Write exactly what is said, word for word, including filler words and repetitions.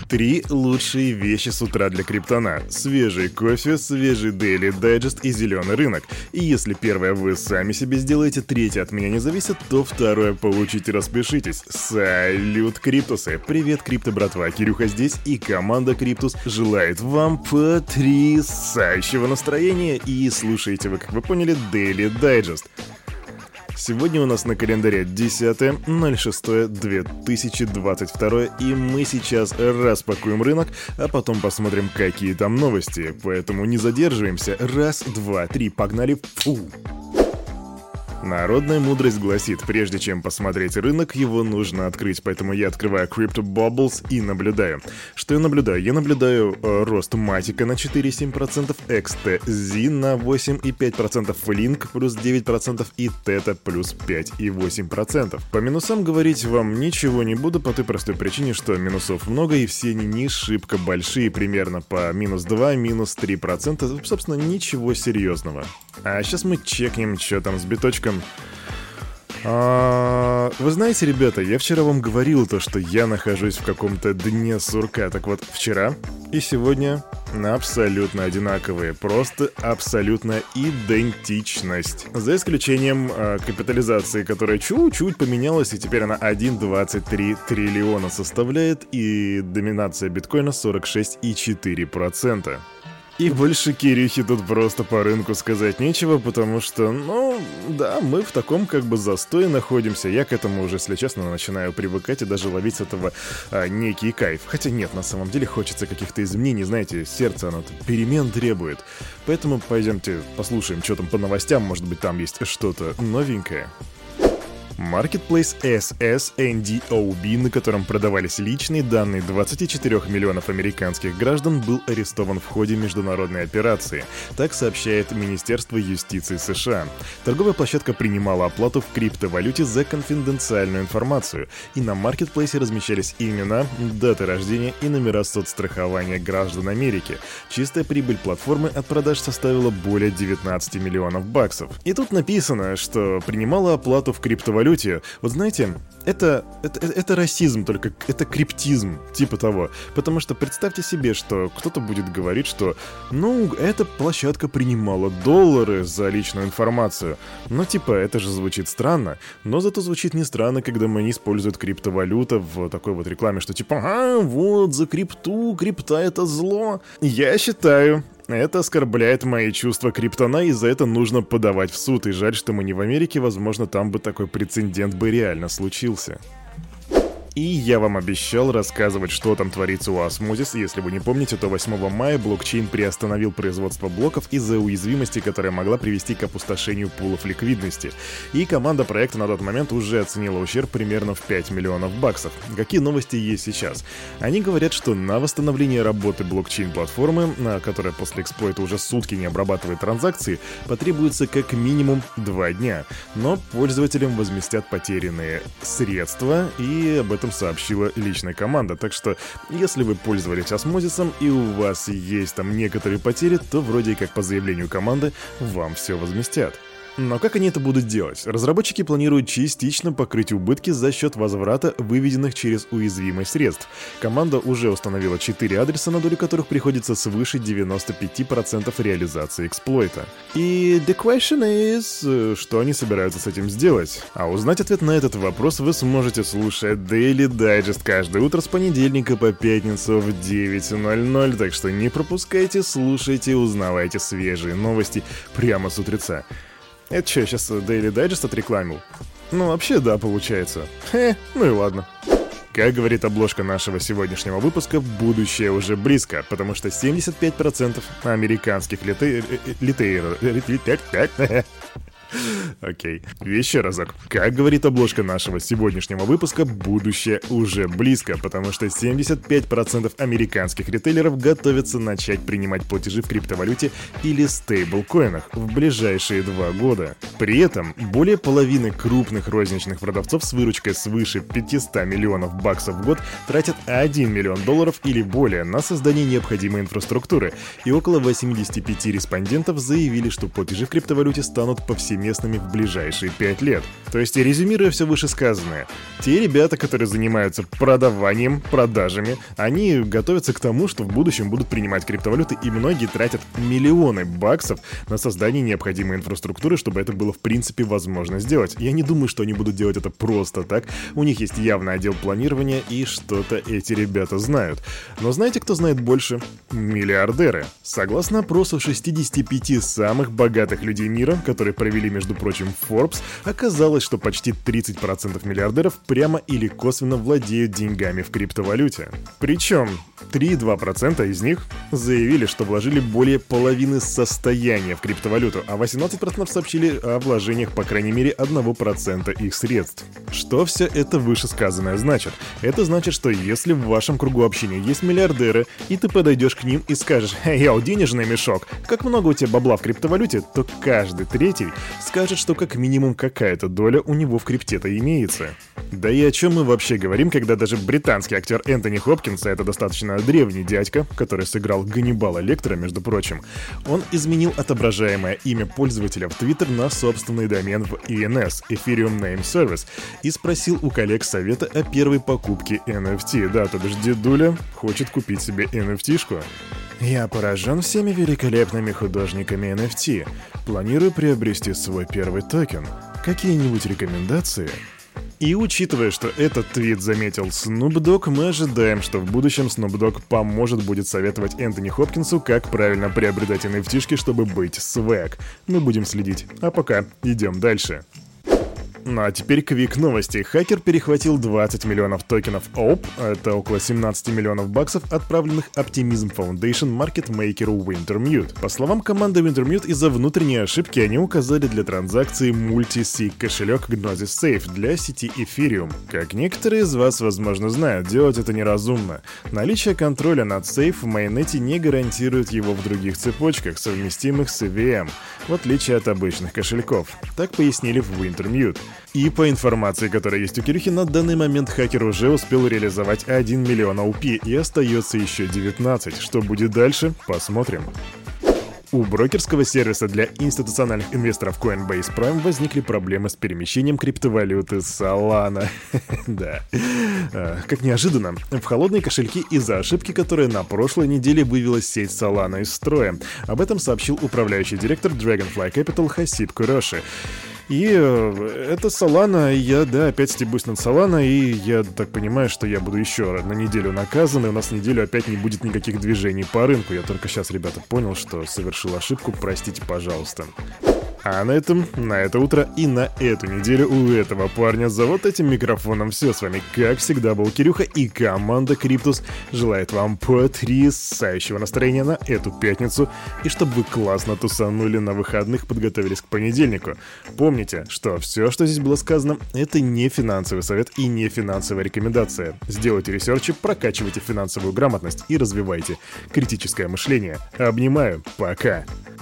Три лучшие вещи с утра для криптона. Свежий кофе, свежий Daily Digest и зеленый рынок. И если первое вы сами себе сделаете, третье от меня не зависит, то второе получите, распишитесь. Салют, Криптусы! Привет, крипто братва, Кирюха здесь, и команда Криптус желает вам потрясающего настроения. И слушайте вы, как вы поняли, Daily Digest. Сегодня у нас на календаре десятое ноль шестое две тысячи двадцать второе, и мы сейчас распакуем рынок, а потом посмотрим, какие там новости. Поэтому не задерживаемся. Раз, два, три, погнали. Фу. Народная мудрость гласит, прежде чем посмотреть рынок, его нужно открыть, поэтому я открываю Crypto Bubbles и наблюдаю. Что я наблюдаю? Я наблюдаю э, рост Матика на четыре целых семь десятых процента, икс ти зет на восемь целых пять десятых процента, Flink плюс девять процентов и Theta плюс пять целых восемь десятых процента. По минусам говорить вам ничего не буду по той простой причине, что минусов много и все они не шибко большие, примерно по минус два, минус три процента, собственно, ничего серьезного. А сейчас мы чекнем, что там с биточком. А, вы знаете, ребята, я вчера вам говорил то, что я нахожусь в каком-то дне сурка. Так вот, вчера и сегодня абсолютно одинаковые. Просто абсолютная идентичность. За исключением а, капитализации, которая чуть-чуть поменялась, и теперь она один целых двадцать три триллиона составляет, и доминация биткоина сорок шесть целых четыре десятых процента. И больше Кирюхи тут просто по рынку сказать нечего, потому что, ну, да, мы в таком как бы застое находимся. Я к этому уже, если честно, начинаю привыкать и даже ловить с этого а, некий кайф. Хотя нет, на самом деле хочется каких-то изменений, знаете, сердце оно перемен требует. Поэтому пойдемте послушаем, что там по новостям, может быть там есть что-то новенькое. Marketplace эс эс эн ди о би, на котором продавались личные данные двадцати четырёх миллионов американских граждан, был арестован в ходе международной операции. Так сообщает Министерство юстиции США. Торговая площадка принимала оплату в криптовалюте за конфиденциальную информацию, и на Marketplace размещались имена, даты рождения и номера соцстрахования граждан Америки. Чистая прибыль платформы от продаж составила более девятнадцати миллионов баксов. И тут написано, что принимала оплату в криптовалюте. Вот знаете, это, это, это расизм, только это криптизм, типа того. Потому что представьте себе, что кто-то будет говорить, что ну, эта площадка принимала доллары за личную информацию. Ну, типа, это же звучит странно. Но зато звучит не странно, когда они используют криптовалюту в такой вот рекламе, что типа, а, вот, за крипту, крипта это зло. Я считаю... Это оскорбляет мои чувства криптона, и за это нужно подавать в суд. И жаль, что мы не в Америке, возможно, там бы такой прецедент бы реально случился. И я вам обещал рассказывать, что там творится у Osmosis. Если вы не помните, то восьмого мая блокчейн приостановил производство блоков из-за уязвимости, которая могла привести к опустошению пулов ликвидности. И команда проекта на тот момент уже оценила ущерб примерно в пять миллионов баксов. Какие новости есть сейчас? Они говорят, что на восстановление работы блокчейн-платформы, которая после эксплойта уже сутки не обрабатывает транзакции, потребуется как минимум два дня. Но пользователям возместят потерянные средства, и об этом сообщила личная команда. Так что, если вы пользовались Осмозисом и у вас есть там некоторые потери, то вроде как по заявлению команды вам все возместят. Но как они это будут делать? Разработчики планируют частично покрыть убытки за счет возврата выведенных через уязвимость средств. Команда уже установила четыре адреса, на долю которых приходится свыше девяноста пяти процентов реализации эксплойта. И the question is, что они собираются с этим сделать? А узнать ответ на этот вопрос вы сможете слушать Daily Digest каждое утро с понедельника по пятницу в девять ноль ноль, так что не пропускайте, слушайте, узнавайте свежие новости прямо с утреца. Это что, сейчас Daily Digest отрекламил? Ну, вообще, да, получается. Хе, ну и ладно. Как говорит обложка нашего сегодняшнего выпуска, будущее уже близко, потому что семьдесят пять процентов американских литей... литейров... Окей, еще разок. Как говорит обложка нашего сегодняшнего выпуска, будущее уже близко, потому что семьдесят пять процентов американских ритейлеров готовятся начать принимать платежи в криптовалюте или стейблкоинах в ближайшие два года. При этом более половины крупных розничных продавцов с выручкой свыше пятьсот миллионов баксов в год тратят один миллион долларов или более на создание необходимой инфраструктуры, и около восемьдесят пять респондентов заявили, что платежи в криптовалюте станут повсеместными в в ближайшие пять лет. То есть, резюмируя все вышесказанное, те ребята, которые занимаются продаванием, продажами, они готовятся к тому, что в будущем будут принимать криптовалюты, и многие тратят миллионы баксов на создание необходимой инфраструктуры, чтобы это было в принципе возможно сделать. Я не думаю, что они будут делать это просто так. У них есть явный отдел планирования, и что-то эти ребята знают. Но знаете, кто знает больше? Миллиардеры. Согласно опросу шестидесяти пяти самых богатых людей мира, которые провели, между прочим, Forbes, оказалось, что почти тридцать процентов миллиардеров прямо или косвенно владеют деньгами в криптовалюте. Причем три и два десятых процента из них заявили, что вложили более половины состояния в криптовалюту, а восемнадцать процентов сообщили о вложениях по крайней мере одного процента их средств. Что все это вышесказанное значит? Это значит, что если в вашем кругу общения есть миллиардеры, и ты подойдешь к ним и скажешь: «Эй, йоу, денежный мешок, как много у тебя бабла в криптовалюте?», то каждый третий скажет, что как минимум какая-то доля у него в крипте-то имеется. Да и о чем мы вообще говорим, когда даже британский актер Энтони Хопкинс, а это достаточно древний дядька, который сыграл Ганнибала Лектора, между прочим, он изменил отображаемое имя пользователя в Twitter на собственный домен в и эн эс, Ethereum Name Service, и спросил у коллег совета о первой покупке эн эф ти. Да, то бишь дедуля хочет купить себе эн эф ти-шку. «Я поражен всеми великолепными художниками эн эф ти. Планирую приобрести свой первый токен. Какие-нибудь рекомендации?» И учитывая, что этот твит заметил Snoop Dogg, мы ожидаем, что в будущем Snoop Dogg поможет будет советовать Энтони Хопкинсу, как правильно приобретать эн эф ти-шки, чтобы быть свэг. Мы будем следить. А пока идем дальше. Ну а теперь квик новости. Хакер перехватил двадцать миллионов токенов о пи, это около семнадцать миллионов баксов, отправленных Optimism Foundation маркетмейкеру Wintermute. По словам команды Wintermute, из-за внутренней ошибки они указали для транзакции мульти-сиг кошелек Gnosis Safe для сети Ethereum. Как некоторые из вас, возможно, знают, делать это неразумно. Наличие контроля над сейф в майонете не гарантирует его в других цепочках, совместимых с и ви эм, в отличие от обычных кошельков. Так пояснили в Wintermute. И по информации, которая есть у Кирюхи, на данный момент хакер уже успел реализовать один миллион о пи и остается еще девятнадцать. Что будет дальше? Посмотрим. У брокерского сервиса для институциональных инвесторов Coinbase Prime возникли проблемы с перемещением криптовалюты Solana. Да. Как неожиданно, в холодные кошельки из-за ошибки, которая на прошлой неделе вывела сеть Solana из строя. Об этом сообщил управляющий директор Dragonfly Capital Хасиб Куроши. И э, это Solana, я, да, опять стебусь над Solana, и я так понимаю, что я буду еще на неделю наказан, и у нас неделю опять не будет никаких движений по рынку. Я только сейчас, ребята, понял, что совершил ошибку, простите, пожалуйста. А на этом, на это утро и на эту неделю у этого парня за вот этим микрофоном все. С вами, как всегда, был Кирюха, и команда Криптус желает вам потрясающего настроения на эту пятницу, и чтобы вы классно тусанули на выходных, подготовились к понедельнику. Помните, что все, что здесь было сказано, это не финансовый совет и не финансовая рекомендация. Сделайте ресерчи, прокачивайте финансовую грамотность и развивайте критическое мышление. Обнимаю, пока!